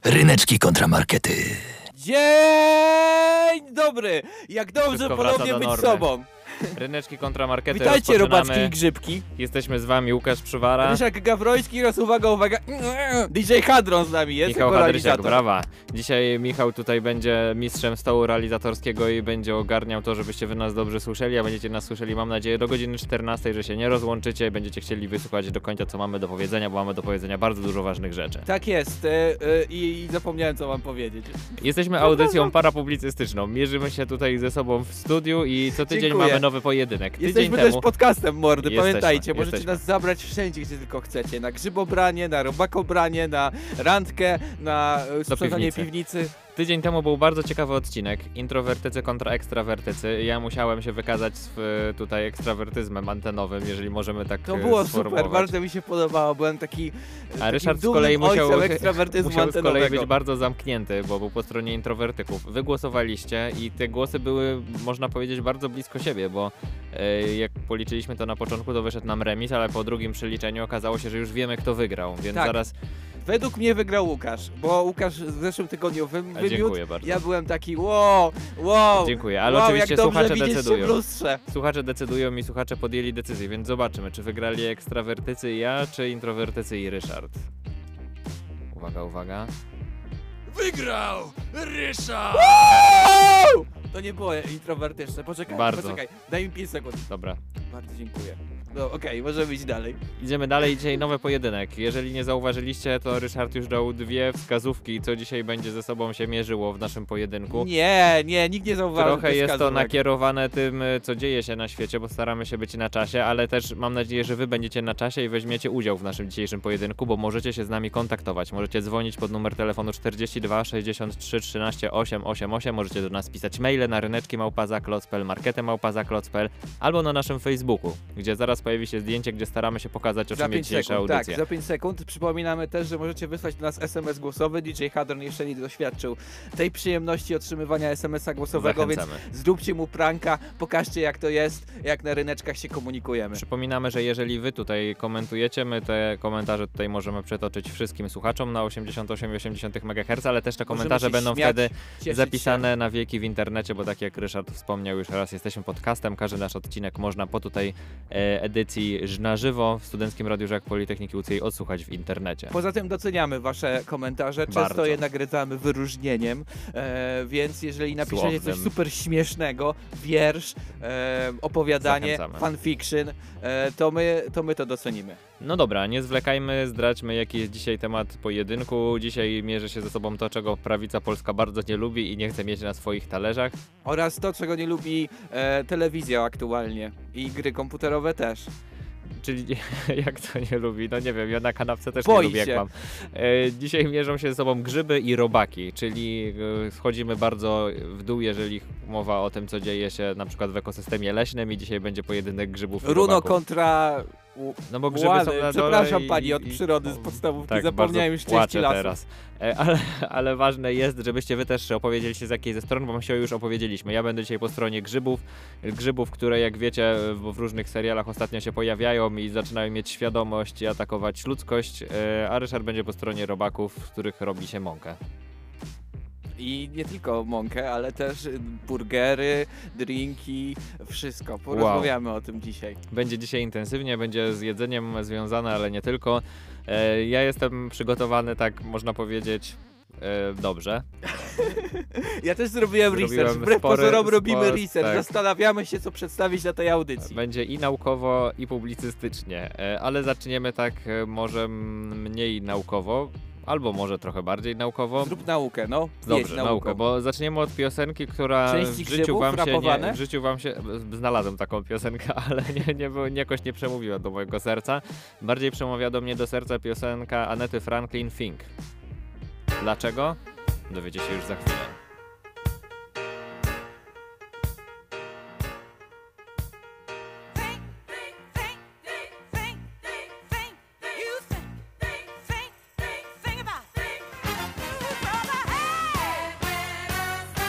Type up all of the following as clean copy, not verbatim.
Ryneczki kontramarkety. Dzień dobry! Jak dobrze Wszystko wraca ponownie do być normy. sobą. Ryneczki kontramarkety. Witajcie, rozpoczynamy. robaczki i grzybki. Jesteśmy z wami Łukasz Przywara, Ryszard Gawroński oraz uwaga, DJ Hadron z nami jest. Michał jako Hadrysiak, realizator. brawa. Dzisiaj Michał tutaj będzie mistrzem stołu realizatorskiego i będzie ogarniał to, żebyście wy nas dobrze słyszeli, a będziecie nas słyszeli, mam nadzieję, do godziny 14, że się nie rozłączycie i będziecie chcieli wysłuchać do końca, co mamy do powiedzenia, bo mamy do powiedzenia bardzo dużo ważnych rzeczy. Tak jest i zapomniałem, co mam powiedzieć. Jesteśmy audycją parapublicystyczną. Mierzymy się tutaj ze sobą w studiu i co tydzień Dziękuję. mamy nowy pojedynek. Tydzień Jesteśmy temu też podcastem, mordy, Jesteśmy, pamiętajcie, możecie jesteśmy. nas zabrać wszędzie, gdzie tylko chcecie. Na grzybobranie, na robakobranie, na randkę, na sprzątanie piwnicy. Tydzień temu był bardzo ciekawy odcinek, introwertycy kontra ekstrawertycy. Ja musiałem się wykazać tutaj ekstrawertyzmem antenowym, jeżeli możemy tak To było sformułować. super, bardzo mi się podobało, byłem taki A Ryszard z dumnym kolei musiał ekstrawertyzmu z kolei antenowego. być bardzo zamknięty, bo był po stronie introwertyków. Wy głosowaliście i te głosy były, można powiedzieć, bardzo blisko siebie, bo jak policzyliśmy to na początku, to wyszedł nam remis, ale po drugim przeliczeniu okazało się, że już wiemy, kto wygrał, więc Tak. zaraz... Według mnie wygrał Łukasz, bo Łukasz w zeszłym tygodniu wymiótł. Dziękuję bardzo. Ja byłem taki wow. Dziękuję, ale wow, oczywiście jak dobrze słuchacze widzieć się decydują. w lustrze. Słuchacze decydują i słuchacze podjęli decyzję, więc zobaczymy, czy wygrali ekstrawertycy i ja, czy introwertycy i Ryszard. Uwaga. Wygrał Ryszard! Wow! To nie było introwertyczne, poczekaj, Bardzo. daj mi 5 sekund. Dobra. Bardzo dziękuję. No okej, możemy iść dalej. Idziemy dalej, dzisiaj nowy pojedynek. Jeżeli nie zauważyliście, to Ryszard już dał dwie wskazówki, co dzisiaj będzie ze sobą się mierzyło w naszym pojedynku. Nie, nikt nie zauważył Trochę tych jest to wskazówek. nakierowane tym, co dzieje się na świecie, bo staramy się być na czasie, ale też mam nadzieję, że wy będziecie na czasie i weźmiecie udział w naszym dzisiejszym pojedynku, bo możecie się z nami kontaktować. Możecie dzwonić pod numer telefonu 42 63 13 888, możecie do nas pisać maile na ryneczki@zaklocpl, markety@zaklocpl albo na naszym Facebooku, gdzie zaraz pojawi się zdjęcie, gdzie staramy się pokazać, o Za czym jest 5 dzisiejsza sekund, audycja. tak, za 5 sekund. Przypominamy też, że możecie wysłać do nas SMS głosowy. DJ Hadron jeszcze nie doświadczył tej przyjemności otrzymywania SMS-a głosowego, więc Zachęcamy. zróbcie mu pranka, pokażcie jak to jest, jak na ryneczkach się komunikujemy. Przypominamy, że jeżeli wy tutaj komentujecie, my te komentarze tutaj możemy przetoczyć wszystkim słuchaczom na 88,8 MHz, ale też te komentarze się będą śmiać, wtedy cieszyć zapisane na wieki w internecie, bo tak jak Ryszard wspomniał już raz, jesteśmy podcastem, każdy nasz odcinek można po tutaj edycji na żywo w Studenckim Radiu Żak Politechniki Łódzkiej odsłuchać w internecie. Poza tym doceniamy wasze komentarze, często Bardzo. je nagradzamy wyróżnieniem, więc jeżeli napiszecie coś Słownym. super śmiesznego, wiersz, opowiadanie, Zachęcamy. fanfiction, to my to docenimy. No dobra, nie zwlekajmy, zdradźmy jaki jest dzisiaj temat pojedynku. Dzisiaj mierzy się ze sobą to, czego prawica polska bardzo nie lubi i nie chce mieć na swoich talerzach. Oraz to, czego nie lubi telewizja aktualnie i gry komputerowe też. Czyli jak to nie lubi? No nie wiem, ja na kanapce też Boi nie lubię się. jak mam. Dzisiaj mierzą się ze sobą grzyby i robaki, czyli schodzimy bardzo w dół, jeżeli mowa o tym, co dzieje się na przykład w ekosystemie leśnym i dzisiaj będzie pojedynek grzybów i Runo robaków. kontra No bo grzyby łany. są na dole Przepraszam i- pani od i- przyrody z podstawówki, Tak, zapomniałem już bardzo części płaczę lasu. teraz. Ale ważne jest, żebyście wy też opowiedzieli się z jakiej ze stron, bo my się już opowiedzieliśmy. Ja będę dzisiaj po stronie grzybów, które jak wiecie w różnych serialach ostatnio się pojawiają i zaczynają mieć świadomość i atakować ludzkość, a Ryszard będzie po stronie robaków, z których robi się mąkę. I nie tylko mąkę, ale też burgery, drinki, wszystko. Porozmawiamy o tym dzisiaj. Będzie dzisiaj intensywnie, będzie z jedzeniem związane, ale nie tylko. Ja jestem przygotowany, tak można powiedzieć, dobrze. Ja też zrobiłem research. Wbrew spory- pozorom robimy spory- research. tak. Zastanawiamy się, co przedstawić na tej audycji. Będzie i naukowo, i publicystycznie, ale zaczniemy tak może mniej naukowo, albo może trochę bardziej naukowo. Zrób naukę, no. Dobrze, naukę, bo zaczniemy od piosenki, która Części w życiu grzybów wam się rapowane? w życiu wam się znalazłem taką piosenkę, ale jakoś nie przemówiła do mojego serca. Bardziej przemawia do mnie do serca piosenka Anety Franklin Think. Dlaczego? Dowiecie się już za chwilę.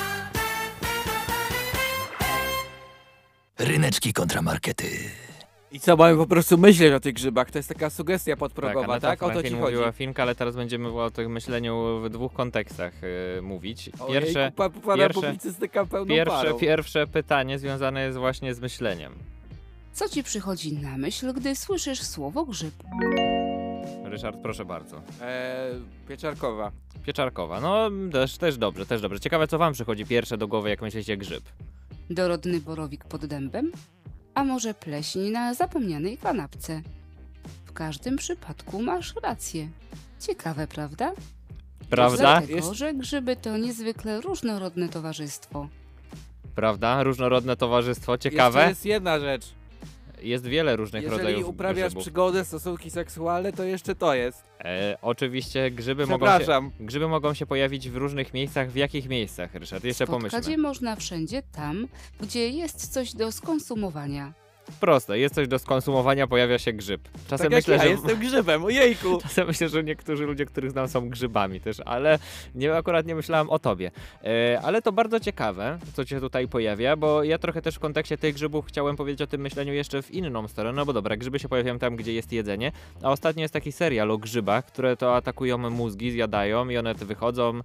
Ryneczki kontramarkety. I co, mamy po prostu myśleć o tych grzybach? To jest taka sugestia Tak, podprogowa, Aneta tak? O to ci Franklin chodzi. mówiła Finka, ale teraz będziemy o tym myśleniu w dwóch kontekstach mówić. Pierwsze, publicystyka pełną parą. Pierwsze pytanie związane jest właśnie z myśleniem. Co ci przychodzi na myśl, gdy słyszysz słowo grzyb? Ryszard, proszę bardzo. Pieczarkowa. Pieczarkowa, no też dobrze, też dobrze. Ciekawe, co wam przychodzi pierwsze do głowy, jak myślicie grzyb? Dorodny borowik pod dębem? A może pleśń na zapomnianej kanapce? W każdym przypadku masz rację. Ciekawe, prawda? Prawda? Dlatego, że grzyby to niezwykle różnorodne towarzystwo. Prawda? Różnorodne towarzystwo, ciekawe. Jeszcze jest jedna rzecz. Jest wiele różnych rodzajów Jeżeli uprawiasz grzybów. przygodę, stosunki seksualne, to jeszcze to jest. Oczywiście Przepraszam. grzyby mogą się pojawić w różnych miejscach. W jakich miejscach, Ryszard? Jeszcze Spotkać pomyślmy. je można wszędzie tam, gdzie jest coś do skonsumowania. Proste, jest coś do skonsumowania, pojawia się grzyb. Czasem Tak myślę, jak ja że jestem grzybem, ojejku! czasem myślę, że niektórzy ludzie, których znam, są grzybami też, ale akurat nie myślałem o tobie. Ale to bardzo ciekawe, co się tutaj pojawia, bo ja trochę też w kontekście tych grzybów chciałem powiedzieć o tym myśleniu jeszcze w inną stronę, no bo dobra, grzyby się pojawiają tam, gdzie jest jedzenie, a ostatnio jest taki serial o grzybach, które to atakują mózgi, zjadają i one wychodzą,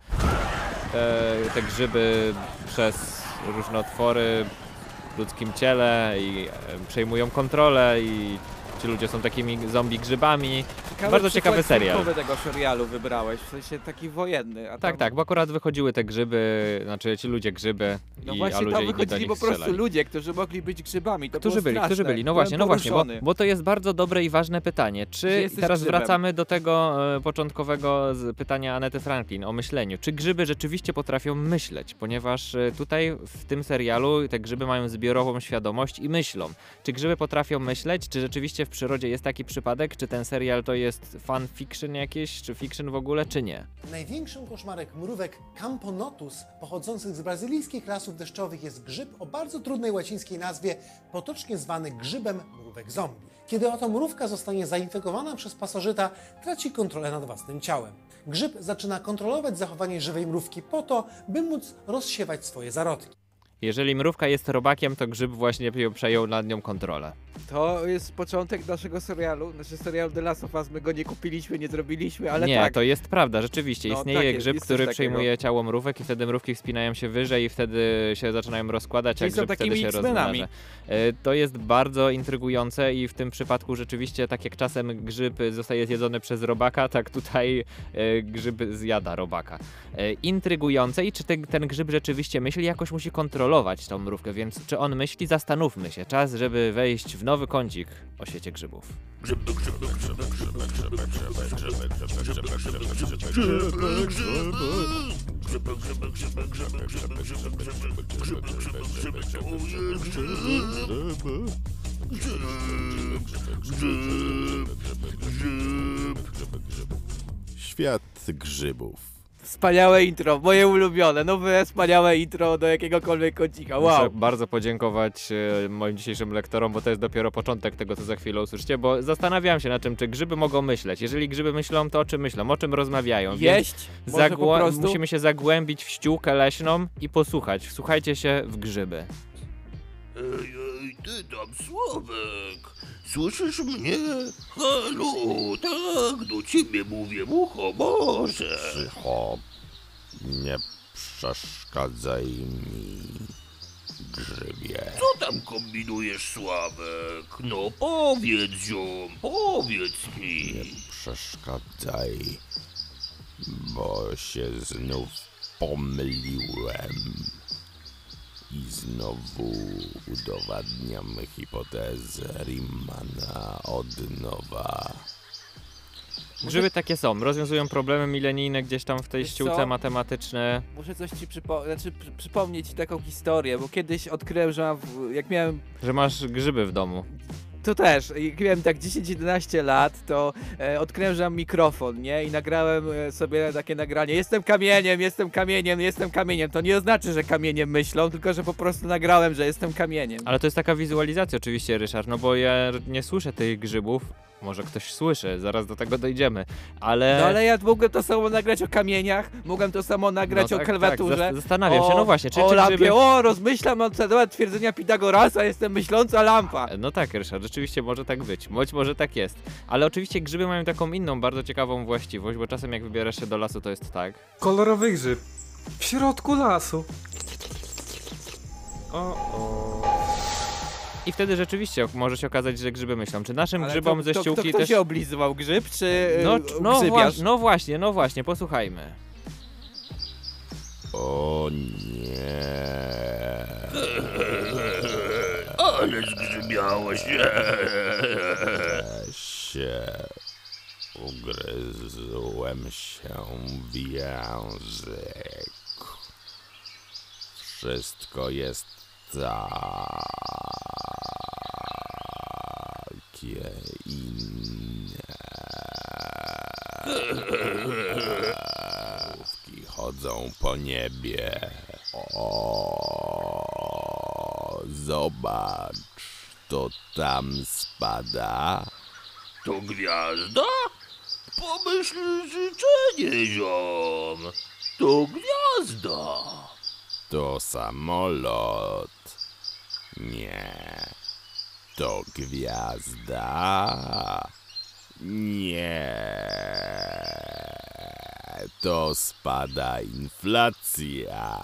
te grzyby przez różne otwory w ludzkim ciele i przejmują kontrolę i ci ludzie są takimi zombie grzybami. Bardzo ciekawy serial. Tego serialu wybrałeś, w sensie taki wojenny. A Tak, tam... tak, bo akurat wychodziły te grzyby, znaczy ci ludzie grzyby No a właśnie ludzie tam inni do wychodzili nich po prostu strzelali. ludzie, którzy mogli być grzybami. To Którzy było straszne. byli, no Byłem właśnie, poruszony. bo to jest bardzo dobre i ważne pytanie. Czy jesteś teraz grzybem? wracamy do tego początkowego pytania Anety Franklin o myśleniu. Czy grzyby rzeczywiście potrafią myśleć? Ponieważ tutaj w tym serialu te grzyby mają zbiorową świadomość i myślą. Czy grzyby potrafią myśleć? Czy rzeczywiście w przyrodzie jest taki przypadek? Czy ten serial to jest fan fiction jakieś, czy fiction w ogóle, czy nie? Największym koszmarek mrówek Camponotus, pochodzących z brazylijskich lasów deszczowych, jest grzyb o bardzo trudnej łacińskiej nazwie, potocznie zwany grzybem mrówek zombie. Kiedy oto mrówka zostanie zainfekowana przez pasożyta, traci kontrolę nad własnym ciałem. Grzyb zaczyna kontrolować zachowanie żywej mrówki po to, by móc rozsiewać swoje zarodki. Jeżeli mrówka jest robakiem, to grzyb właśnie przejął nad nią kontrolę. To jest początek naszego serialu, serial The Last of Us, my go nie kupiliśmy, nie zrobiliśmy, ale nie, tak. to jest prawda, rzeczywiście. No, Istnieje tak jest, grzyb, jest który coś przejmuje ciało mrówek i wtedy mrówki wspinają się wyżej i wtedy się zaczynają rozkładać, Czyli a są grzyb wtedy takimi się X-Menami. rozmnaża. To jest bardzo intrygujące i w tym przypadku rzeczywiście, tak jak czasem grzyb zostaje zjedzony przez robaka, tak tutaj grzyb zjada robaka. Intrygujące i czy ten grzyb rzeczywiście myśli, jakoś musi kontrolować tą mrówkę, więc czy on myśli? Zastanówmy się. Czas, żeby wejść w nowy kącik o świecie grzybów. Świat grzybów. Wspaniałe intro, moje ulubione, nowe wspaniałe intro do jakiegokolwiek kącika, wow. Muszę bardzo podziękować moim dzisiejszym lektorom, bo to jest dopiero początek tego, co za chwilę usłyszycie, bo zastanawiałem się nad tym, czy grzyby mogą myśleć. Jeżeli grzyby myślą, to o czym myślą, o czym rozmawiają. Jeść? Może po prostu? Musimy się zagłębić w ściółkę leśną i posłuchać. Wsłuchajcie się w grzyby. Ej, ty tam, Sławek! Słyszysz mnie? Halo, tak, do ciebie mówię, mucho, Boże! Cicho. Nie przeszkadzaj mi, grzybie. Co tam kombinujesz, Sławek? No powiedz, ziom, powiedz mi! Nie przeszkadzaj, bo się znów pomyliłem. I znowu udowadniam hipotezę Riemanna od nowa. Grzyby takie są, rozwiązują problemy milenijne gdzieś tam w tej Wiesz ściółce co? matematyczne. Muszę coś ci przypomnieć ci taką historię, bo kiedyś odkryłem, że jak miałem, Że masz grzyby w domu. to też, jak miałem tak 10-11 lat, to odkryłem, że mam mikrofon, nie? I nagrałem sobie takie nagranie, jestem kamieniem, jestem kamieniem, jestem kamieniem. To nie oznacza, że kamieniem myślą, tylko że po prostu nagrałem, że jestem kamieniem. Ale to jest taka wizualizacja oczywiście, Ryszard, no bo ja nie słyszę tych grzybów, Może ktoś słyszy, zaraz do tego dojdziemy, ale... No ale ja mogłem to samo nagrać o kamieniach, mogłem to samo nagrać No o tak, klawiaturze. tak, zastanawiam się, no właśnie, czy o lampie, grzyby... rozmyślam na temat twierdzenia Pitagorasa, jestem myśląca lampa. No tak, Ryszard, rzeczywiście może tak być, być może tak jest. Ale oczywiście grzyby mają taką inną, bardzo ciekawą właściwość, bo czasem jak wybierasz się do lasu, to jest tak. Kolorowy grzyb. W środku lasu. O. I wtedy rzeczywiście może się okazać, że grzyby myślą. Czy naszym Ale grzybom ze to ściółki kto też... się oblizywał, grzyb czy No, grzybiarz? no właśnie, posłuchajmy. O nie. Ale zgrzybiało Ugryzłem się w język. Wszystko jest takie inne. Mrówki chodzą po niebie. O, zobacz, to tam spada. To gwiazda? Pomyśl życzenie, ziom. To gwiazda. To samolot. Nie. To gwiazda. Nie. To spada inflacja.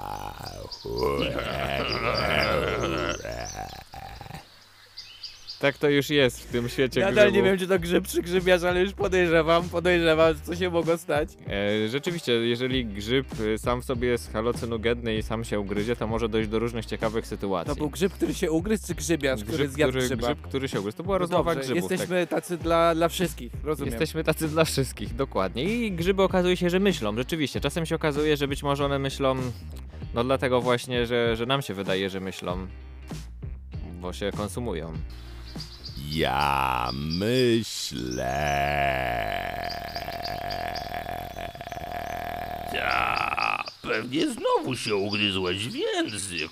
Tak to już jest w tym świecie Nadal grzybów. nie wiem, czy to grzyb czy grzybiarz, ale już podejrzewam, co się mogło stać. Rzeczywiście, jeżeli grzyb sam w sobie jest halucynogenny i sam się ugryzie, to może dojść do różnych ciekawych sytuacji. To był grzyb, który się ugryzł, czy grzybiarz, który zjadł grzyba? grzyb, który się ugryzł. To była No rozmowa dobrze, grzybów. jesteśmy tacy dla wszystkich, rozumiem. Jesteśmy tacy dla wszystkich, dokładnie. I grzyby okazuje się, że myślą, rzeczywiście. Czasem się okazuje, że być może one myślą, no dlatego właśnie, że nam się wydaje, że myślą, bo się konsumują. Ja myślę. Ta, pewnie znowu się ugryzłeś w język.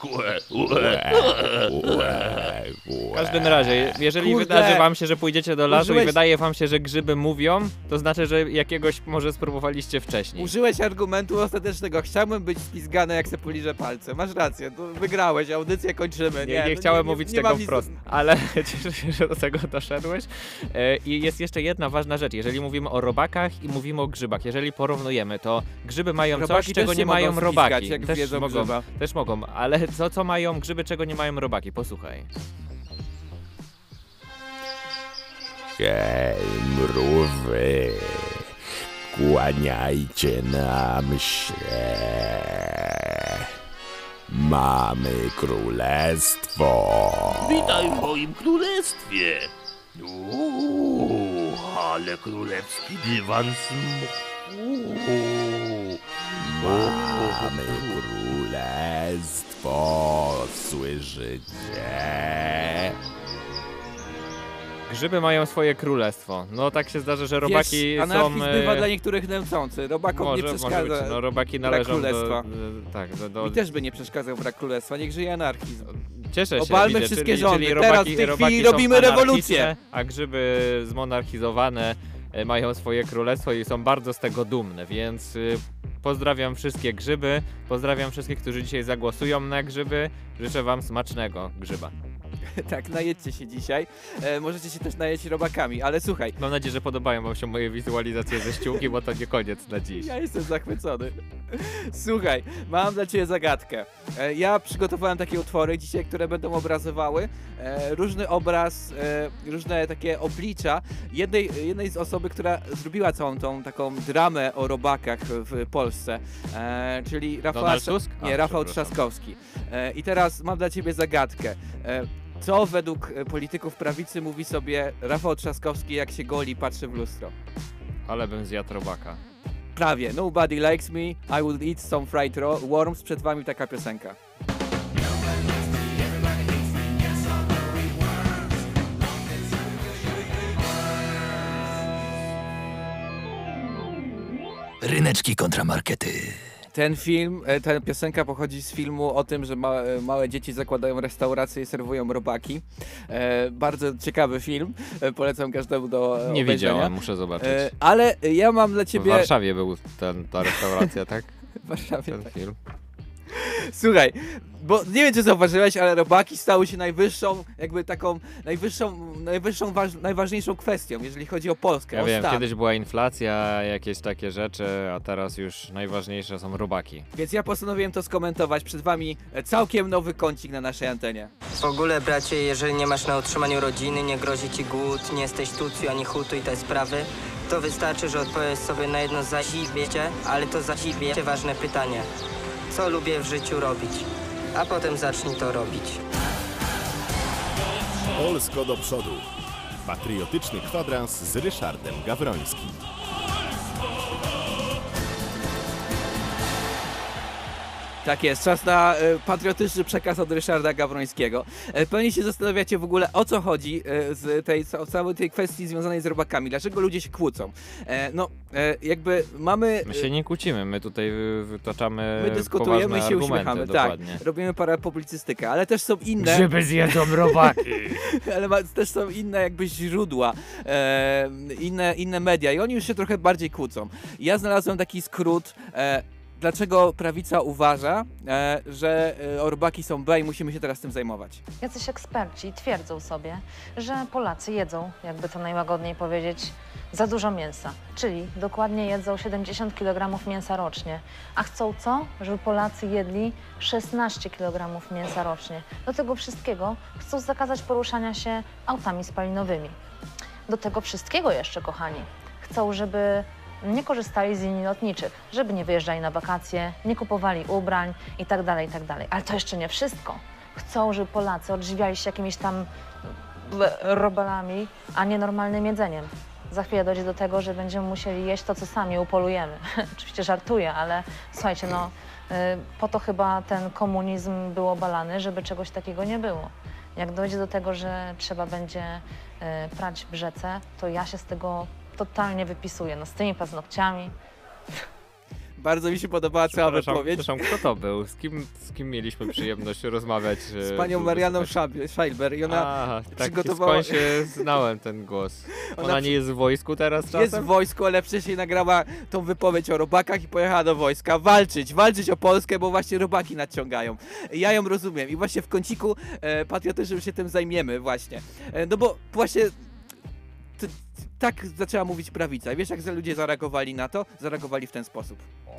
W każdym razie, jeżeli Kurde. wydarzy wam się, że pójdziecie do lasu i Użyłeś- wydaje wam się, że grzyby mówią, to znaczy, że jakiegoś może spróbowaliście wcześniej. Użyłeś argumentu ostatecznego. Chciałbym być spizgany, jak se poliżę palce. Masz rację, to wygrałeś, audycję kończymy. Nie no chciałem mówić nie tego mam nic- wprost, ale cieszę się, że do tego doszedłeś. I jest jeszcze jedna ważna rzecz. Jeżeli mówimy o robakach i mówimy o grzybach, jeżeli porównujemy, to grzyby mają Robaki coś, też czego się nie mogą mają spizgać, robaki. jak zjedzą grzyba. Też mogą, ale co mają grzyby, czego nie mają robaki? Posłuchaj. Hej, mrówy, kłaniajcie nam się. Mamy królestwo. Witaj w moim królestwie. Ale królewski dywan smuchu. Mamy królestwo. Słyszycie? Grzyby mają swoje królestwo. No tak się zdarza, że robaki Wiesz, są... anarchizm bywa dla niektórych nęcący. Robakom nie Może przeszkadza. być, no robaki brak należą królestwa. do... Mi też by nie przeszkadzał brak królestwa, niech żyje anarchizm. Cieszę się, Obalmy widzę, wszystkie czyli rządy. robaki, Teraz, w tej robaki chwili są robimy rewolucję. anarchiczne, a grzyby zmonarchizowane mają swoje królestwo i są bardzo z tego dumne, więc pozdrawiam wszystkie grzyby, pozdrawiam wszystkich, którzy dzisiaj zagłosują na grzyby, życzę wam smacznego grzyba. Tak, najedźcie się dzisiaj. Możecie się też najeść robakami, ale słuchaj, Mam nadzieję, że podobają wam się moje wizualizacje ze ściółki, bo to nie koniec na dziś. ja jestem zachwycony. Słuchaj, mam dla ciebie zagadkę. Ja przygotowałem takie utwory dzisiaj, które będą obrazowały różny obraz, różne takie oblicza jednej z osoby, która zrobiła całą tą taką dramę o robakach w Polsce, czyli Donald Tusk? Nie, A, Rafał przepraszam. Trzaskowski. I teraz mam dla ciebie zagadkę. Co według polityków prawicy mówi sobie Rafał Trzaskowski, jak się goli, patrzy w lustro? Ale bym zjadł robaka. Prawie. Nobody likes me, I would eat some fried worms. Przed wami taka piosenka. Ryneczki kontramarkety. Ten film, ta piosenka pochodzi z filmu o tym, że małe dzieci zakładają restaurację i serwują robaki. Bardzo ciekawy film, polecam każdemu do Nie obejrzenia. widziałem, muszę zobaczyć. Ale ja mam dla W ciebie... Warszawie był ta restauracja, tak? W Warszawie, Ten tak. film. Słuchaj, bo nie wiem, czy zauważyłeś, ale robaki stały się najwyższą, jakby taką, najważniejszą kwestią, jeżeli chodzi o Polskę, Ja o wiem, stan. kiedyś była inflacja, jakieś takie rzeczy, a teraz już najważniejsze są robaki. Więc ja postanowiłem to skomentować. Przed wami całkiem nowy kącik na naszej antenie. W ogóle, bracie, jeżeli nie masz na utrzymaniu rodziny, nie grozi ci głód, nie jesteś tucju ani hutu i te sprawy, to wystarczy, że odpowiesz sobie na jedno ale to ważne pytanie. Co lubię w życiu robić? A potem zacznij to robić. Polsko do przodu. Patriotyczny kwadrans z Ryszardem Gawrońskim. Tak jest, czas na patriotyczny przekaz od Ryszarda Gawrońskiego. Pewnie się zastanawiacie w ogóle, o co chodzi z całej tej kwestii związanej z robakami. Dlaczego ludzie się kłócą? Jakby mamy... My się nie kłócimy, my tutaj wytaczamy My dyskutujemy i poważne się argumenty, uśmiechamy, dokładnie. tak. Robimy parapublicystykę, ale też są inne... Grzyby zjedzą robaki. ale też są inne jakby źródła, inne media i oni już się trochę bardziej kłócą. Ja znalazłem taki skrót, dlaczego prawica uważa, że robaki są B i musimy się teraz tym zajmować. Jacyś eksperci twierdzą sobie, że Polacy jedzą, jakby to najłagodniej powiedzieć, za dużo mięsa. Czyli dokładnie jedzą 70 kg mięsa rocznie. A chcą co? Żeby Polacy jedli 16 kg mięsa rocznie. Do tego wszystkiego chcą zakazać poruszania się autami spalinowymi. Do tego wszystkiego jeszcze, kochani, chcą, żeby nie korzystali z linii lotniczych, żeby nie wyjeżdżali na wakacje, nie kupowali ubrań itd., itd. Ale to jeszcze nie wszystko. Chcą, żeby Polacy odżywiali się jakimiś tam robalami, a nie normalnym jedzeniem. Za chwilę dojdzie do tego, że będziemy musieli jeść to, co sami upolujemy. Oczywiście żartuję, ale słuchajcie, no po to chyba ten komunizm był obalany, żeby czegoś takiego nie było. Jak dojdzie do tego, że trzeba będzie prać w rzece, to ja się z tego totalnie wypisuję, no z tymi paznokciami. Bardzo mi się podobała cała wypowiedź. Przepraszam, kto to był? Z kim mieliśmy przyjemność rozmawiać? Z panią Marianą Scheibler i ona tak, przygotowała... skąd się znałem ten głos. Ona nie jest w wojsku teraz czasem? Jest w wojsku, ale wcześniej nagrała tą wypowiedź o robakach i pojechała do wojska walczyć o Polskę, bo właśnie robaki nadciągają. Ja ją rozumiem i właśnie w kąciku patriotycznym się tym zajmiemy właśnie. No bo właśnie... Tak zaczęła mówić prawica. I wiesz, jak ludzie zareagowali na to? Zareagowali w ten sposób.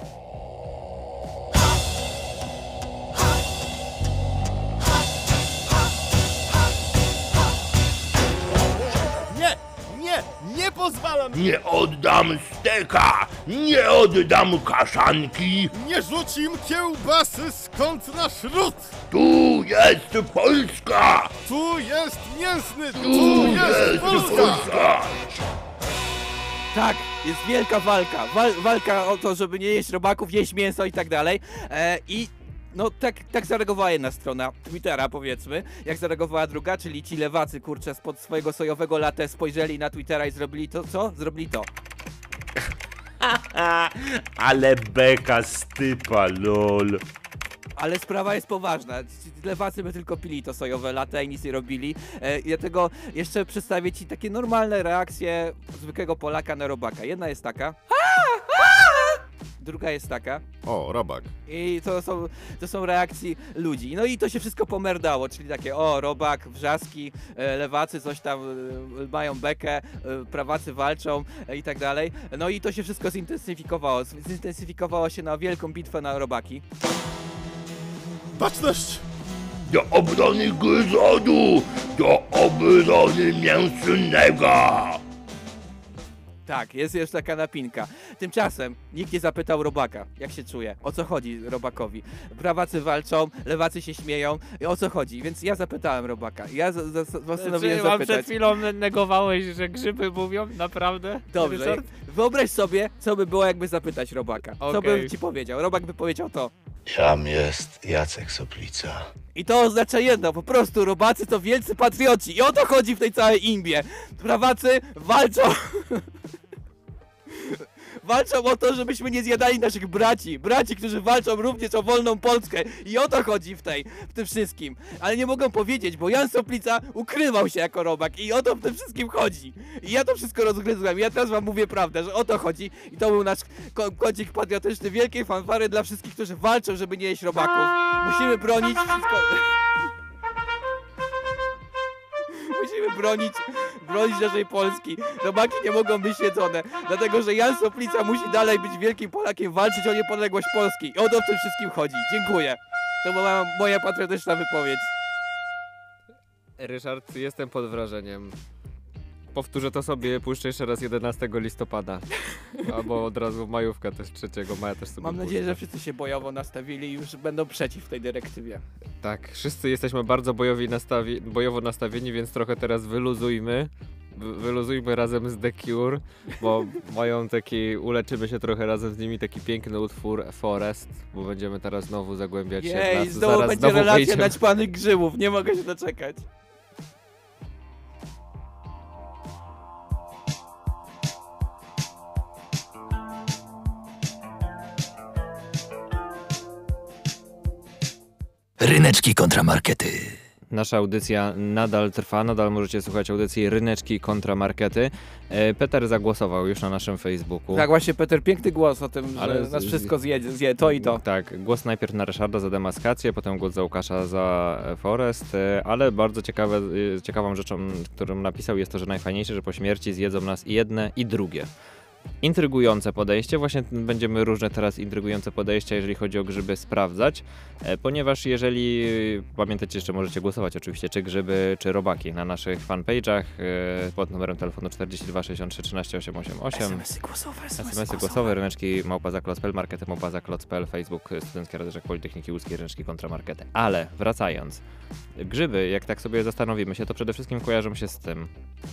Nie pozwalam! Nie oddam steka! Nie oddam kaszanki! Nie rzucim kiełbasy, skąd nasz ród! Tu jest Polska! Tu jest mięsny, Tu jest Polska! Tak, jest wielka walka. Walka o to, żeby nie jeść robaków, jeść mięso i tak dalej. I no tak zareagowała jedna strona Twittera, powiedzmy. Jak zareagowała druga, czyli ci lewacy, kurczę, spod swojego sojowego latte spojrzeli na Twittera i zrobili to, co? Zrobili to. Ale beka stypa, lol. Ale sprawa jest poważna. Lewacy by tylko pili to sojowe latte i nic nie robili. I dlatego jeszcze przedstawię ci takie normalne reakcje zwykłego Polaka na robaka. Jedna jest taka. Druga jest taka. O, robak. I to są reakcje ludzi. No i to się wszystko pomerdało, czyli takie o, robak, wrzaski, lewacy coś tam mają bekę, prawacy walczą i tak dalej. No i to się wszystko zintensyfikowało. Zintensyfikowało się na wielką bitwę na robaki. Baczność! Do obrony grodu! Do obrony mięsnego! Tak, jest już taka napinka. Tymczasem nikt nie zapytał robaka, jak się czuje, o co chodzi robakowi. Prawacy walczą, lewacy się śmieją, i o co chodzi, więc ja zapytałem robaka. Ja postanowiłem zapytać. Przed chwilą negowałeś, że grzyby mówią? Naprawdę? Dobrze, Ryszard? wyobraź sobie, co by było, jakby zapytać robaka. Co Okej. by ci powiedział? Robak by powiedział to. Tam jest Jacek Soplica. I to oznacza jedno, po prostu robacy to wielcy patrioci i o to chodzi w tej całej imbie. Prawacy walczą... Walczą o to, żebyśmy nie zjadali naszych braci, którzy walczą również o wolną Polskę i o to chodzi w tym wszystkim. Ale nie mogą powiedzieć, bo Jan Soplica ukrywał się jako robak i o to w tym wszystkim chodzi. I ja to wszystko rozgryzłem. Ja teraz wam mówię prawdę, że o to chodzi i to był nasz kącik patriotyczny. Wielkiej fanfary dla wszystkich, którzy walczą, żeby nie jeść robaków. Musimy bronić wszystko. Musimy bronić naszej Polski. Robaki nie mogą być jedzone, dlatego że Jan Soplica musi dalej być wielkim Polakiem, walczyć o niepodległość Polski. I o to w tym wszystkim chodzi. Dziękuję. To była moja patriotyczna wypowiedź. Ryszard, jestem pod wrażeniem. Powtórzę to sobie, puszczę jeszcze raz 11 listopada. Albo od razu majówka też 3 maja też sobie Mam nadzieję, puszczę. że wszyscy się bojowo nastawili i już będą przeciw tej dyrektywie. Tak, wszyscy jesteśmy bardzo bojowo nastawieni, więc trochę teraz wyluzujmy. Wyluzujmy razem z The Cure, bo mają uleczymy się trochę razem z nimi, taki piękny utwór Forest, bo będziemy teraz znowu zagłębiać się w las. Znowu będzie relacja naćpanych grzybów, nie mogę się doczekać. Ryneczki kontramarkety. Nasza audycja nadal trwa, nadal możecie słuchać audycji Ryneczki kontra Markety. Peter zagłosował już na naszym Facebooku. Tak, właśnie Peter, piękny głos o tym, że nas wszystko zje to i to. Tak, głos najpierw na Ryszarda za Demaskację, potem głos za Łukasza za Forest, ale bardzo ciekawą rzeczą, którą napisał, jest to, że najfajniejsze, że po śmierci zjedzą nas i jedne i drugie. Intrygujące podejście, właśnie będziemy różne teraz intrygujące podejścia, jeżeli chodzi o grzyby, sprawdzać, ponieważ jeżeli, pamiętajcie, jeszcze możecie głosować oczywiście, czy grzyby, czy robaki na naszych fanpage'ach pod numerem telefonu 42 63 13 888. SMS-y głosowe, ryneczki @zaklotz.pl, markety @zaklotz.pl, Facebook Studencki Radeczek Politechniki Łódzkiej, ryneczki kontramarkety. Ale wracając, grzyby, jak tak sobie zastanowimy się, to przede wszystkim kojarzą się z tym.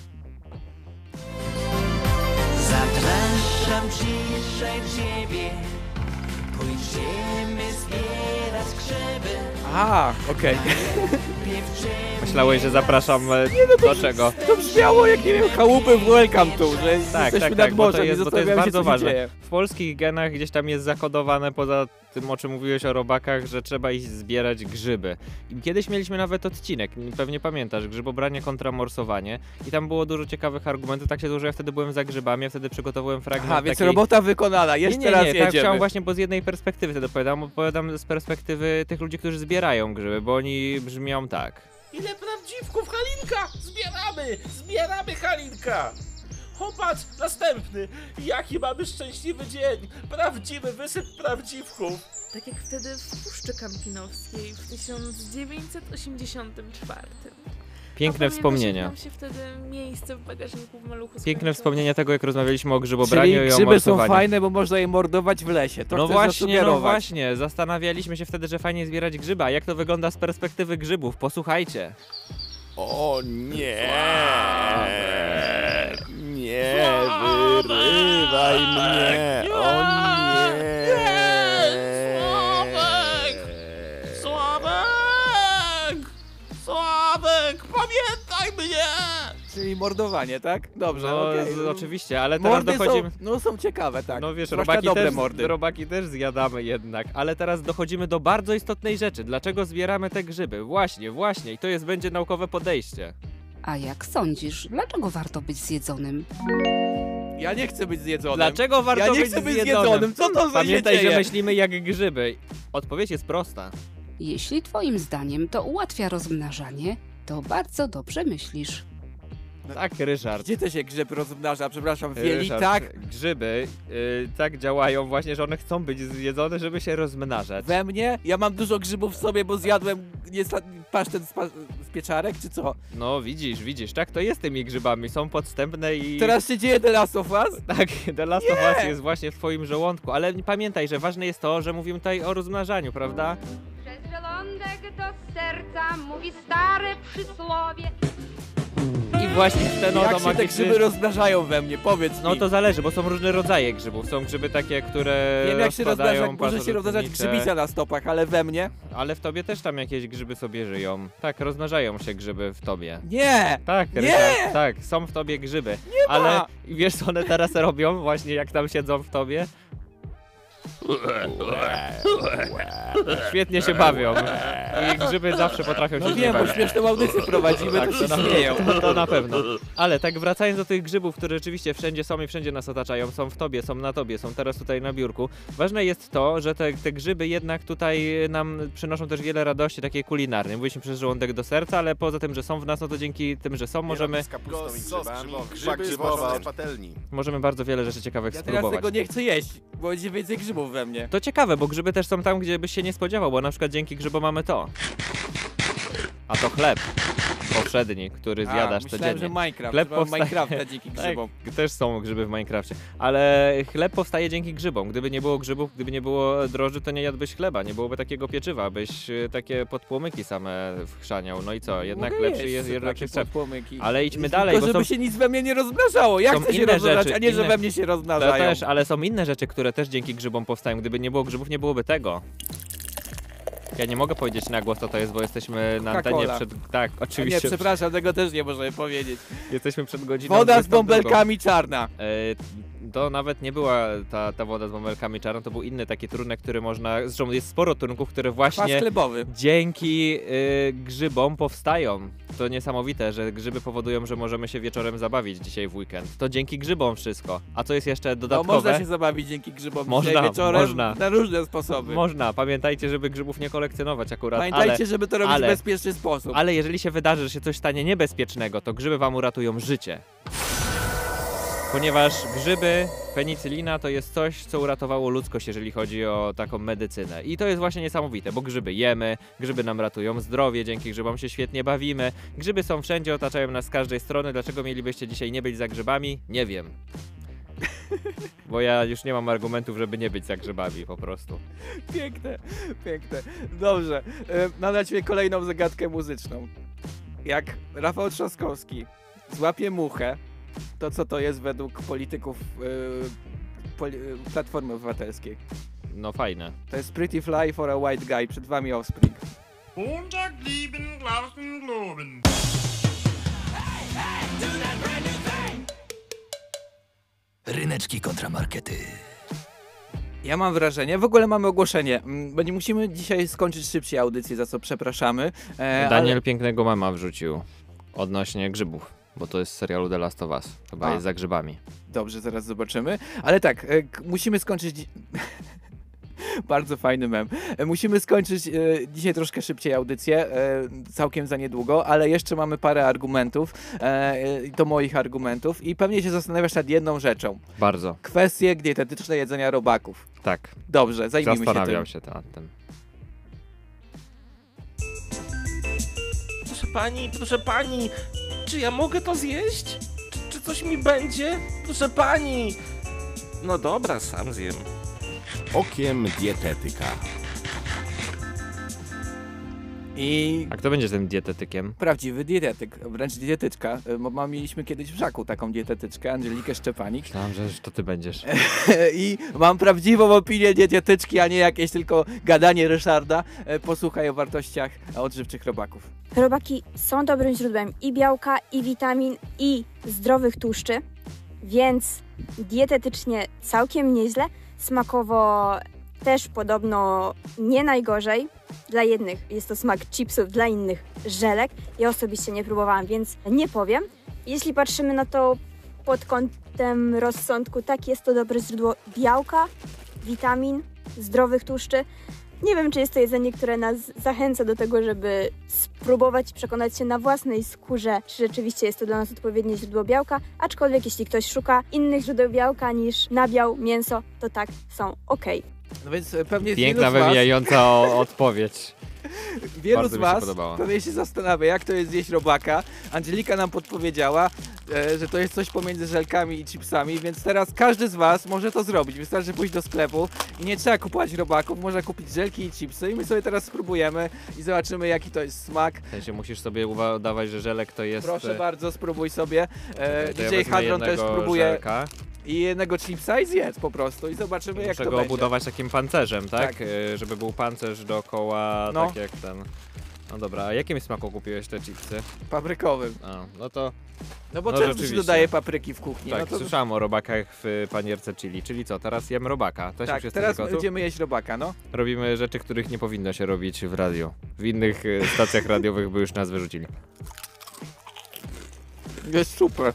Zapraszam dzisiaj ciebie, pójdziemy zbierać grzyby. Okej. Myślałeś, że zapraszam do czego? To brzmiało jak, nie wiem, chałupy w Welcome to, że jesteśmy nad morzem i bo to jest bardzo ważne. Dzieje. W polskich genach gdzieś tam jest zakodowane, poza tym, o czym mówiłeś o robakach, że trzeba iść zbierać grzyby. I kiedyś mieliśmy nawet odcinek, pewnie pamiętasz, grzybobranie kontra morsowanie i tam było dużo ciekawych argumentów, tak się dużo, ja wtedy byłem za grzybami, ja wtedy przygotowałem fragment Więc takiej... robota wykonana, jeszcze raz jedziemy. Tak, chciałem właśnie, bo z jednej perspektywy wtedy opowiadam z perspektywy tych ludzi, którzy zbierają grzyby, bo oni brzmią tak. Ile prawdziwków, Halinka! Zbieramy Halinka! Popatrz, następny! Jaki mamy szczęśliwy dzień! Prawdziwy wysyp prawdziwków! Tak jak wtedy w Puszczy Kampinowskiej w 1984. Piękne wspomnienia. Nam się wtedy miejsce w bagażniku w maluchu Piękne skończyło. wspomnienia tego, jak rozmawialiśmy o grzybobraniu i o grzyby morsowaniu. są fajne, bo można je mordować w lesie. To no właśnie, zastanawialiśmy się wtedy, że fajnie zbierać grzyba. Jak to wygląda z perspektywy grzybów? Posłuchajcie. O nie! Nie wyrywaj mnie! O nie! Sławek, pamiętaj mnie! Czyli mordowanie, tak? Dobrze, no, okej. Oczywiście, ale teraz mordy dochodzimy... są ciekawe, tak. No wiesz, mordy. robaki też zjadamy jednak, ale teraz dochodzimy do bardzo istotnej rzeczy. Dlaczego zbieramy te grzyby? Właśnie, i to będzie naukowe podejście. A jak sądzisz, dlaczego warto być zjedzonym? Ja nie chcę być zjedzonym. Dlaczego warto być zjedzonym? Co to za Pamiętaj, dzieje? że myślimy jak grzyby. Odpowiedź jest prosta. Jeśli twoim zdaniem to ułatwia rozmnażanie, to bardzo dobrze myślisz. Tak, Ryszard. Gdzie to się grzyb rozmnaża? Przepraszam, w Ryszard, jelitach? Grzyby tak działają właśnie, że one chcą być zjedzone, żeby się rozmnażać. We mnie? Ja mam dużo grzybów w sobie, bo zjadłem pasztet z pieczarek, czy co? No widzisz, tak to jest z tymi grzybami, są podstępne i... Teraz się dzieje The Last of Us? Tak, The Last of Us jest właśnie w twoim żołądku, ale pamiętaj, że ważne jest to, że mówimy tutaj o rozmnażaniu, prawda? Przez żołądek do serca mówi stare przysłowie. I właśnie ten oto Jak się te magiczny... grzyby rozmnażają we mnie, powiedz No mi. to zależy, bo są różne rodzaje grzybów. Są grzyby takie, które Wiem jak się rozpadają, może się rozmnażać pasożytnicze. grzybica na stopach, ale we mnie? Ale w tobie też tam jakieś grzyby sobie żyją. Tak, rozmnażają się grzyby w tobie. Nie! Tak, Nie! Ryszard, tak, są w tobie grzyby. Nie ma! Ale wiesz co one teraz robią, właśnie jak tam siedzą w tobie? Świetnie się bawią. I grzyby zawsze potrafią się No wiem, bo bawić. śmieszną audycję prowadzimy, Tak, to się to na, śmieją. to na pewno. Ale tak wracając do tych grzybów, które rzeczywiście wszędzie są i wszędzie nas otaczają, są w tobie, są na tobie, są teraz tutaj na biurku. Ważne jest to, że te grzyby jednak tutaj nam przynoszą też wiele radości takiej kulinarnej. Mówiliśmy przez żołądek do serca, ale poza tym, że są w nas, no to dzięki tym, że są, możemy... Z kapustą i grzybami, grzyby grzybowa z patelni. Możemy bardzo wiele rzeczy ciekawych Ja teraz spróbować. tego nie chcę jeść, bo będzie więcej grzybów we mnie. To ciekawe, bo grzyby też są tam, gdzie byś się nie spodziewał, bo na przykład dzięki grzybom mamy to. A to chleb powszedni, który zjadasz myślałem, codziennie. że Minecraft, Chleb że mam powstaje- Minecrafta dzięki grzybom. Tak, też są grzyby w Minecrafcie. Ale chleb powstaje dzięki grzybom. Gdyby nie było grzybów, gdyby nie było droży, to nie jadłbyś chleba, nie byłoby takiego pieczywa, byś takie podpłomyki same wchrzaniał. No i co, jednak Mogę lepszy jeść jest jednak takie chleb. podpłomyki. Ale idźmy dalej, Tylko bo żeby są... się nic we mnie nie rozmnażało. Ja są chcę się inne rozmnażać, rzeczy, a nie, że inne- we mnie się To rozmnażają. też, ale są inne rzeczy, które też dzięki grzybom powstają. Gdyby nie było grzybów, nie byłoby tego. Ja nie mogę powiedzieć na głos, co to jest, bo jesteśmy na antenie Coca-Cola. przed... Tak, A oczywiście. nie, przepraszam, tego też nie możemy powiedzieć. Jesteśmy przed godziną Woda z 22. bąbelkami czarna. To nawet nie była ta woda z bąbelkami czarną, to był inny taki trunek, który można... Zresztą jest sporo trunków, które Kwas właśnie chlebowy. dzięki grzybom powstają. To niesamowite, że grzyby powodują, że możemy się wieczorem zabawić dzisiaj w weekend. To dzięki grzybom wszystko. A co jest jeszcze No, dodatkowe? można się zabawić dzięki grzybom Można, dzisiaj wieczorem można. na różne sposoby. Można. Pamiętajcie, żeby grzybów nie kolekcjonować akurat. Pamiętajcie, żeby to robić w bezpieczny sposób. Ale jeżeli się wydarzy, że się coś stanie niebezpiecznego, to grzyby wam uratują życie. Ponieważ grzyby, penicylina to jest coś, co uratowało ludzkość, jeżeli chodzi o taką medycynę. I to jest właśnie niesamowite, bo grzyby jemy, grzyby nam ratują zdrowie, dzięki grzybom się świetnie bawimy. Grzyby są wszędzie, otaczają nas z każdej strony. Dlaczego mielibyście dzisiaj nie być za grzybami? Nie wiem. Bo ja już nie mam argumentów, żeby nie być za grzybami po prostu. Piękne, piękne. Dobrze, nadać mi kolejną zagadkę muzyczną. Jak Rafał Trzaskowski złapie muchę, to co to jest według polityków Platformy Obywatelskiej? No fajne. To jest Pretty Fly for a White Guy, przed wami Offspring. Ryneczki kontra markety. Ja mam wrażenie, w ogóle mamy ogłoszenie, bo nie musimy dzisiaj skończyć szybciej audycję, za co przepraszamy. Daniel pięknego mema wrzucił odnośnie grzybów, bo to jest z serialu The Last of Us. Chyba jest za grzybami. Dobrze, zaraz zobaczymy. Ale tak, musimy skończyć... Bardzo fajny mem. Musimy skończyć dzisiaj troszkę szybciej audycję, całkiem za niedługo, ale jeszcze mamy parę argumentów, to moich argumentów i pewnie się zastanawiasz nad jedną rzeczą. Bardzo. Kwestie dietetyczne jedzenia robaków. Tak. Dobrze, zajmijmy się tym. Zastanawiam się nad tym. Proszę pani, czy ja mogę to zjeść? Czy coś mi będzie? Proszę pani! No dobra, sam zjem. Okiem dietetyka. A kto będzie tym dietetykiem? Prawdziwy dietetyk, wręcz dietetyczka, bo mieliśmy kiedyś w Żaku taką dietetyczkę, Angelikę Szczepanik. Myślałem, że to ty będziesz. I mam prawdziwą opinię dietetyczki, a nie jakieś tylko gadanie Ryszarda. Posłuchaj o wartościach odżywczych robaków. Robaki są dobrym źródłem i białka, i witamin, i zdrowych tłuszczy, więc dietetycznie całkiem nieźle. Smakowo też podobno nie najgorzej. Dla jednych jest to smak chipsów, dla innych żelek. Ja osobiście nie próbowałam, więc nie powiem. Jeśli patrzymy na to pod kątem rozsądku, tak jest to dobre źródło białka, witamin, zdrowych tłuszczy. Nie wiem, czy jest to jedzenie, które nas zachęca do tego, żeby spróbować i przekonać się na własnej skórze, czy rzeczywiście jest to dla nas odpowiednie źródło białka, aczkolwiek jeśli ktoś szuka innych źródeł białka niż nabiał, mięso, to tak, są okej. No więc pewnie Piękna, wybijająca odpowiedź. Wielu Bardzo z mi się was podobało. pewnie się zastanawia, jak to jest zjeść robaka. Angelika nam podpowiedziała, że to jest coś pomiędzy żelkami i chipsami, więc teraz każdy z was może to zrobić. Wystarczy pójść do sklepu i nie trzeba kupować robaków, można kupić żelki i chipsy i my sobie teraz spróbujemy i zobaczymy, jaki to jest smak. W sensie musisz sobie udawać, że żelek to jest... Proszę bardzo, spróbuj sobie. to ja DJ wezmę Hadron też jednego spróbuje żelka. i jednego chipsa i zjedz po prostu i zobaczymy, jak Muszę to go będzie. obudować takim pancerzem, tak? Tak. Żeby był pancerz dookoła, No. tak jak ten... No dobra, a jakim smaku kupiłeś te chipsy? Paprykowym. A, no to... No bo No często się rzeczywiście. dodaje papryki w kuchni. Tak, no to... słyszałem o robakach w panierce chili, czyli co, teraz jem robaka. To Tak, już teraz jesteś gotów? będziemy jeść robaka, no. Robimy rzeczy, których nie powinno się robić w radiu. W innych stacjach radiowych by już nas wyrzucili. Jest super.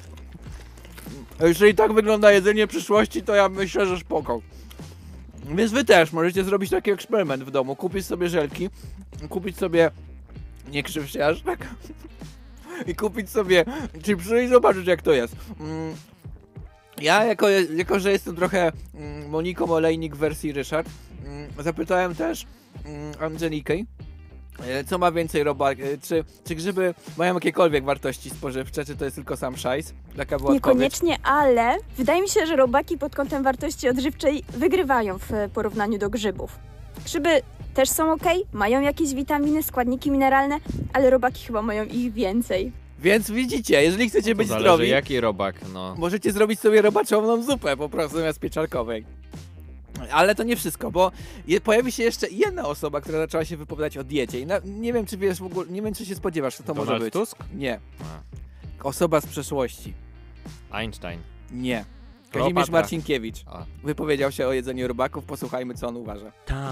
Jeżeli tak wygląda jedzenie przyszłości, to ja myślę, że spoko. Więc wy też możecie zrobić taki eksperyment w domu. Kupić sobie żelki, kupić sobie... Nie krzyw się aż tak. I kupić sobie chipsy i zobaczyć, jak to jest. Ja, jako że jestem trochę Moniką Olejnik w wersji Ryszard, zapytałem też Angelikę, co ma więcej robak, czy grzyby mają jakiekolwiek wartości spożywcze, czy to jest tylko sam szajs? Taka była odpowiedź. Niekoniecznie, ale wydaje mi się, że robaki pod kątem wartości odżywczej wygrywają w porównaniu do grzybów. Grzyby też są ok, mają jakieś witaminy, składniki mineralne, ale robaki chyba mają ich więcej. Więc widzicie, jeżeli chcecie być Zależy zdrowi, jaki robak, no. możecie zrobić sobie robaczową zupę po prostu zamiast pieczarkowej. Ale to nie wszystko, bo pojawi się jeszcze jedna osoba, która zaczęła się wypowiadać o diecie. I nie wiem, czy wiesz w ogóle, nie wiem, czy się spodziewasz, co to może Donald być. Tusk? Nie. Osoba z przeszłości. Einstein. Nie. Kazimierz Kleopatra. Marcinkiewicz wypowiedział się o jedzeniu robaków, posłuchajmy, co on uważa.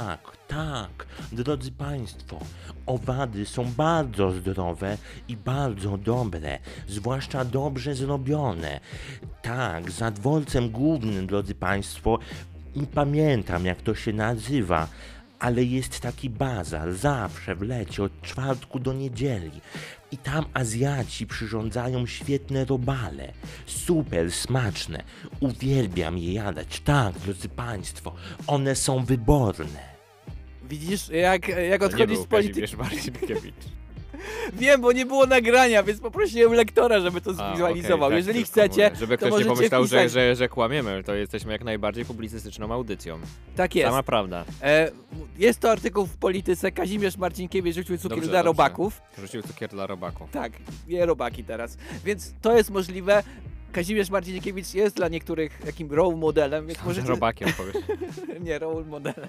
Tak, drodzy Państwo, owady są bardzo zdrowe i bardzo dobre, zwłaszcza dobrze zrobione. Tak, za dworcem głównym, drodzy Państwo, nie pamiętam, jak to się nazywa, ale jest taki bazar zawsze w lecie od czwartku do niedzieli. I tam Azjaci przyrządzają świetne robale. Super smaczne. Uwielbiam je jadać. Tak, drodzy Państwo, one są wyborne. Widzisz, jak odchodzisz z polityki. Kazimierz Marcinkiewicz. Wiem, bo nie było nagrania, więc poprosiłem lektora, żeby to zwizualizował. tak, Jeżeli już chcecie, mówię. Żeby to ktoś nie możecie pomyślał, wpisać... że kłamiemy, to jesteśmy jak najbardziej publicystyczną audycją. Tak jest. Sama prawda. Jest to artykuł w Polityce. Kazimierz Marcinkiewicz rzucił cukier Dobrze, dla dobrze. robaków. Rzucił cukier dla robaków. Tak, je robaki teraz. Więc to jest możliwe. Kazimierz Marcinkiewicz jest dla niektórych takim role modelem, więc możecie... Robakiem powiesz. Nie, role modelem.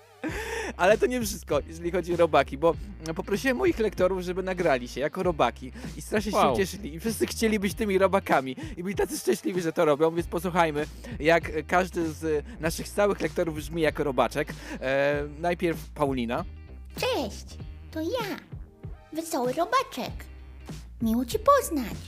Ale to nie wszystko, jeżeli chodzi o robaki, bo poprosiłem moich lektorów, żeby nagrali się jako robaki i strasznie się ucieszyli i wszyscy chcieli być tymi robakami i byli tacy szczęśliwi, że to robią, więc posłuchajmy, jak każdy z naszych stałych lektorów brzmi jako robaczek. Najpierw Paulina. Cześć, to ja, Wesoły Robaczek. Miło Cię poznać.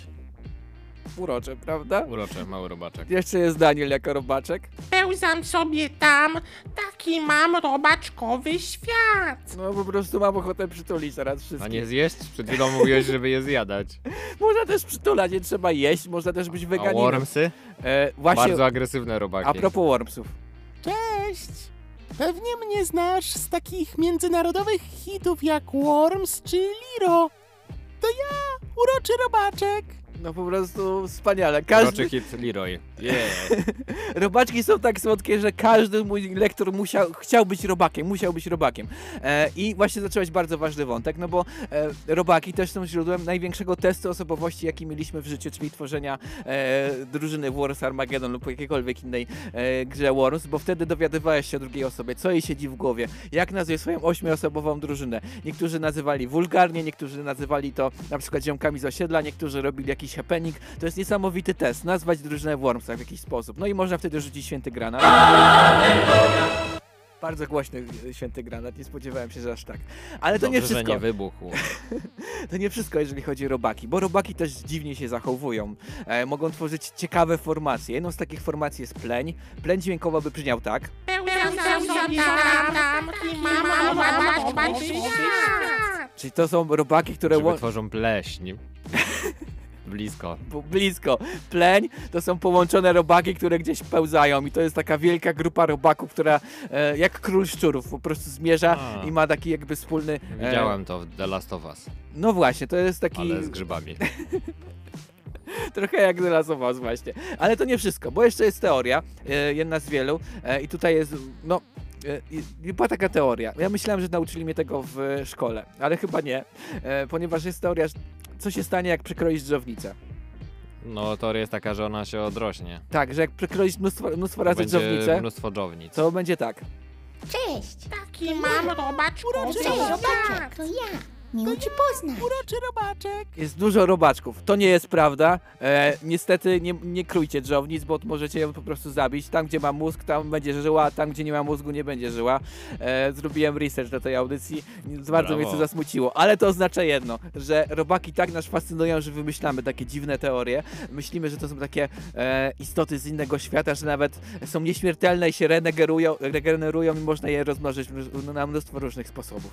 Urocze, prawda? Urocze, mały robaczek. Jeszcze jest Daniel jako robaczek. Pełzam sobie tam, taki mam robaczkowy świat. No po prostu mam ochotę przytulić teraz wszystkich. A nie zjeść? Przed chwilą mówiłeś, żeby je zjadać. Można też przytulać, nie trzeba jeść, można też być weganinem. A wormsy? Właśnie, Bardzo agresywne robaki. a propos wormsów. Cześć! Pewnie mnie znasz z takich międzynarodowych hitów jak Worms czy Liro. To ja, uroczy robaczek. No po prostu wspaniale. Uroczy hit Leroy. Yeah. Robaczki są tak słodkie, że każdy mój lektor chciał być robakiem. I właśnie zacząłeś bardzo ważny wątek, no bo robaki też są źródłem największego testu osobowości, jaki mieliśmy w życiu, czyli tworzenia drużyny Wars Armageddon lub jakiejkolwiek innej grze Wars, bo wtedy dowiadywałeś się o drugiej osobie, co jej siedzi w głowie, jak nazwie swoją 8-osobową drużynę. Niektórzy nazywali wulgarnie, niektórzy nazywali to na przykład ziomkami z osiedla, niektórzy robili jakiś happening. To jest niesamowity test, nazwać drużynę w Wormsach w jakiś sposób. No i można wtedy rzucić święty granat. Bardzo głośny święty granat, nie spodziewałem się, że aż tak. Ale to Dobrze, nie wszystko. że nie wybuchł. To nie wszystko, jeżeli chodzi o robaki, bo robaki też dziwnie się zachowują. Mogą tworzyć ciekawe formacje. Jedną z takich formacji jest pleń. Pleń dźwiękowo by brzmiał tak. Pełzam sobie tam, taki mam robaczkowy świat. Czyli to są robaki, które... Żeby tworzą pleśń. Blisko. Blisko. Pleń to są połączone robaki, które gdzieś pełzają i to jest taka wielka grupa robaków, która jak król szczurów po prostu zmierza i ma taki jakby wspólny... Widziałem to w The Last of Us. No właśnie, to jest taki... Ale z grzybami. Trochę jak The Last of Us właśnie. Ale to nie wszystko, bo jeszcze jest teoria, jedna z wielu i tutaj jest, no... Była taka teoria. Ja myślałem, że nauczyli mnie tego w szkole, ale chyba nie, ponieważ jest teoria, co się stanie, jak przekroisz drzewnicę. No, teoria jest taka, że ona się odrośnie. Tak, że jak przekroisz mnóstwo razy drzewnicę, mnóstwo dżownic. to będzie tak. Cześć! Taki mam robaczku. Cześć, robaczek, to ja. Miło cię poznać. Uroczy robaczek. Jest dużo robaczków. To nie jest prawda. Niestety nie krójcie drzewnic, bo możecie ją po prostu zabić. Tam, gdzie ma mózg, tam będzie żyła, a tam, gdzie nie ma mózgu, nie będzie żyła. Zrobiłem research do tej audycji. Bardzo mnie to zasmuciło. Ale to oznacza jedno, że robaki tak nas fascynują, że wymyślamy takie dziwne teorie. Myślimy, że to są takie istoty z innego świata, że nawet są nieśmiertelne i się regenerują i można je rozmnożyć na mnóstwo różnych sposobów.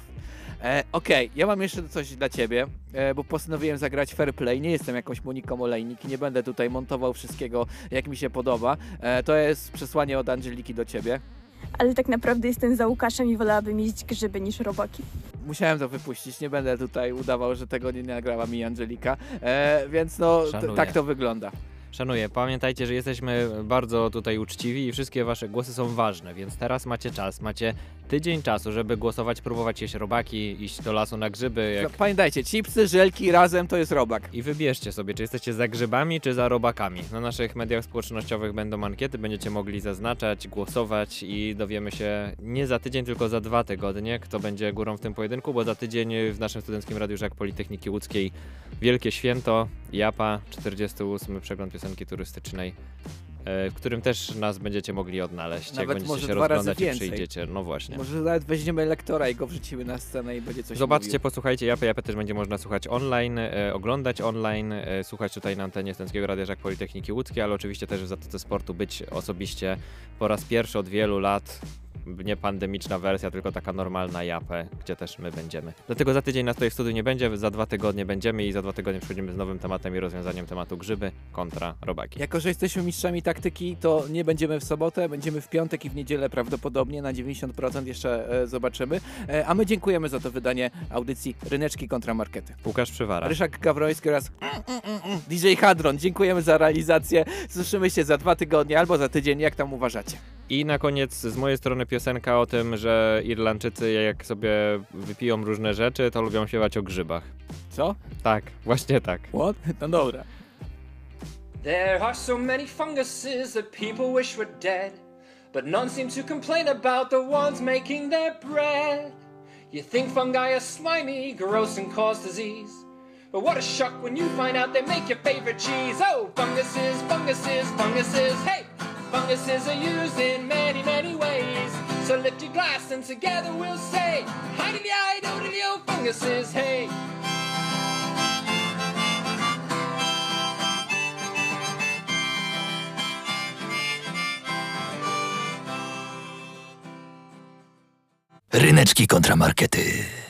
Okej, ja mam jeszcze coś dla ciebie, bo postanowiłem zagrać fair play. Nie jestem jakąś Moniką Olejnik i nie będę tutaj montował wszystkiego, jak mi się podoba. To jest przesłanie od Angeliki do ciebie. Ale tak naprawdę jestem za Łukaszem i wolałabym jeść grzyby niż robaki. Musiałem to wypuścić, nie będę tutaj udawał, że tego nie nagrała mi Angelika, więc no tak to wygląda. Szanuję. Pamiętajcie, że jesteśmy bardzo tutaj uczciwi i wszystkie wasze głosy są ważne, więc teraz macie czas, macie tydzień czasu, żeby głosować, próbować jeść robaki, iść do lasu na grzyby. Pamiętajcie, chipsy, żelki razem to jest robak. I wybierzcie sobie, czy jesteście za grzybami, czy za robakami. Na naszych mediach społecznościowych będą ankiety, będziecie mogli zaznaczać, głosować i dowiemy się nie za tydzień, tylko za 2 tygodnie, kto będzie górą w tym pojedynku, bo za tydzień w naszym studenckim Radiu Żak Politechniki Łódzkiej wielkie święto, JAPA, 48. przegląd piosenki turystycznej, w którym też nas będziecie mogli odnaleźć. Nawet jak będziecie może się 2 razy rozglądać i więcej. przyjdziecie. No właśnie. Może nawet weźmiemy lektora i go wrzucimy na scenę i będzie coś Zobaczcie, mówił. posłuchajcie Japę. Japę też będzie można słuchać online, oglądać online, słuchać tutaj na antenie Studenckiego Radia Żak Politechniki Łódzkiej, ale oczywiście też w Zatoce Sportu być osobiście po raz pierwszy od wielu lat. Nie pandemiczna wersja, tylko taka normalna Japę, gdzie też my będziemy. Dlatego za tydzień nas tutaj w studiu nie będzie, za 2 tygodnie będziemy i za 2 tygodnie przychodzimy z nowym tematem i rozwiązaniem tematu grzyby kontra robaki. Jako że jesteśmy mistrzami taktyki, to nie będziemy w sobotę, będziemy w piątek i w niedzielę prawdopodobnie, na 90% jeszcze zobaczymy. A my dziękujemy za to wydanie audycji Ryneczki kontra Markety. Łukasz Przywara. Ryszak Gawroński oraz DJ Hadron. Dziękujemy za realizację. Słyszymy się za 2 tygodnie albo za tydzień, jak tam uważacie. I na koniec z mojej strony piosenka o tym, że Irlandczycy jak sobie wypiją różne rzeczy, to lubią śpiewać o grzybach. Co? Tak, właśnie tak. What? No dobra. There are so many funguses that people wish were dead, but none seem to complain about the ones making their bread. You think fungi are slimy, gross and cause disease, but what a shock when you find out they make your favorite cheese. Oh, funguses, funguses, funguses, hey! Funguses are used in many, many ways. So lift your glass and together we'll say, hi-de-di-di, do-de-di-o, funguses, hey! Ryneczki kontra Markety.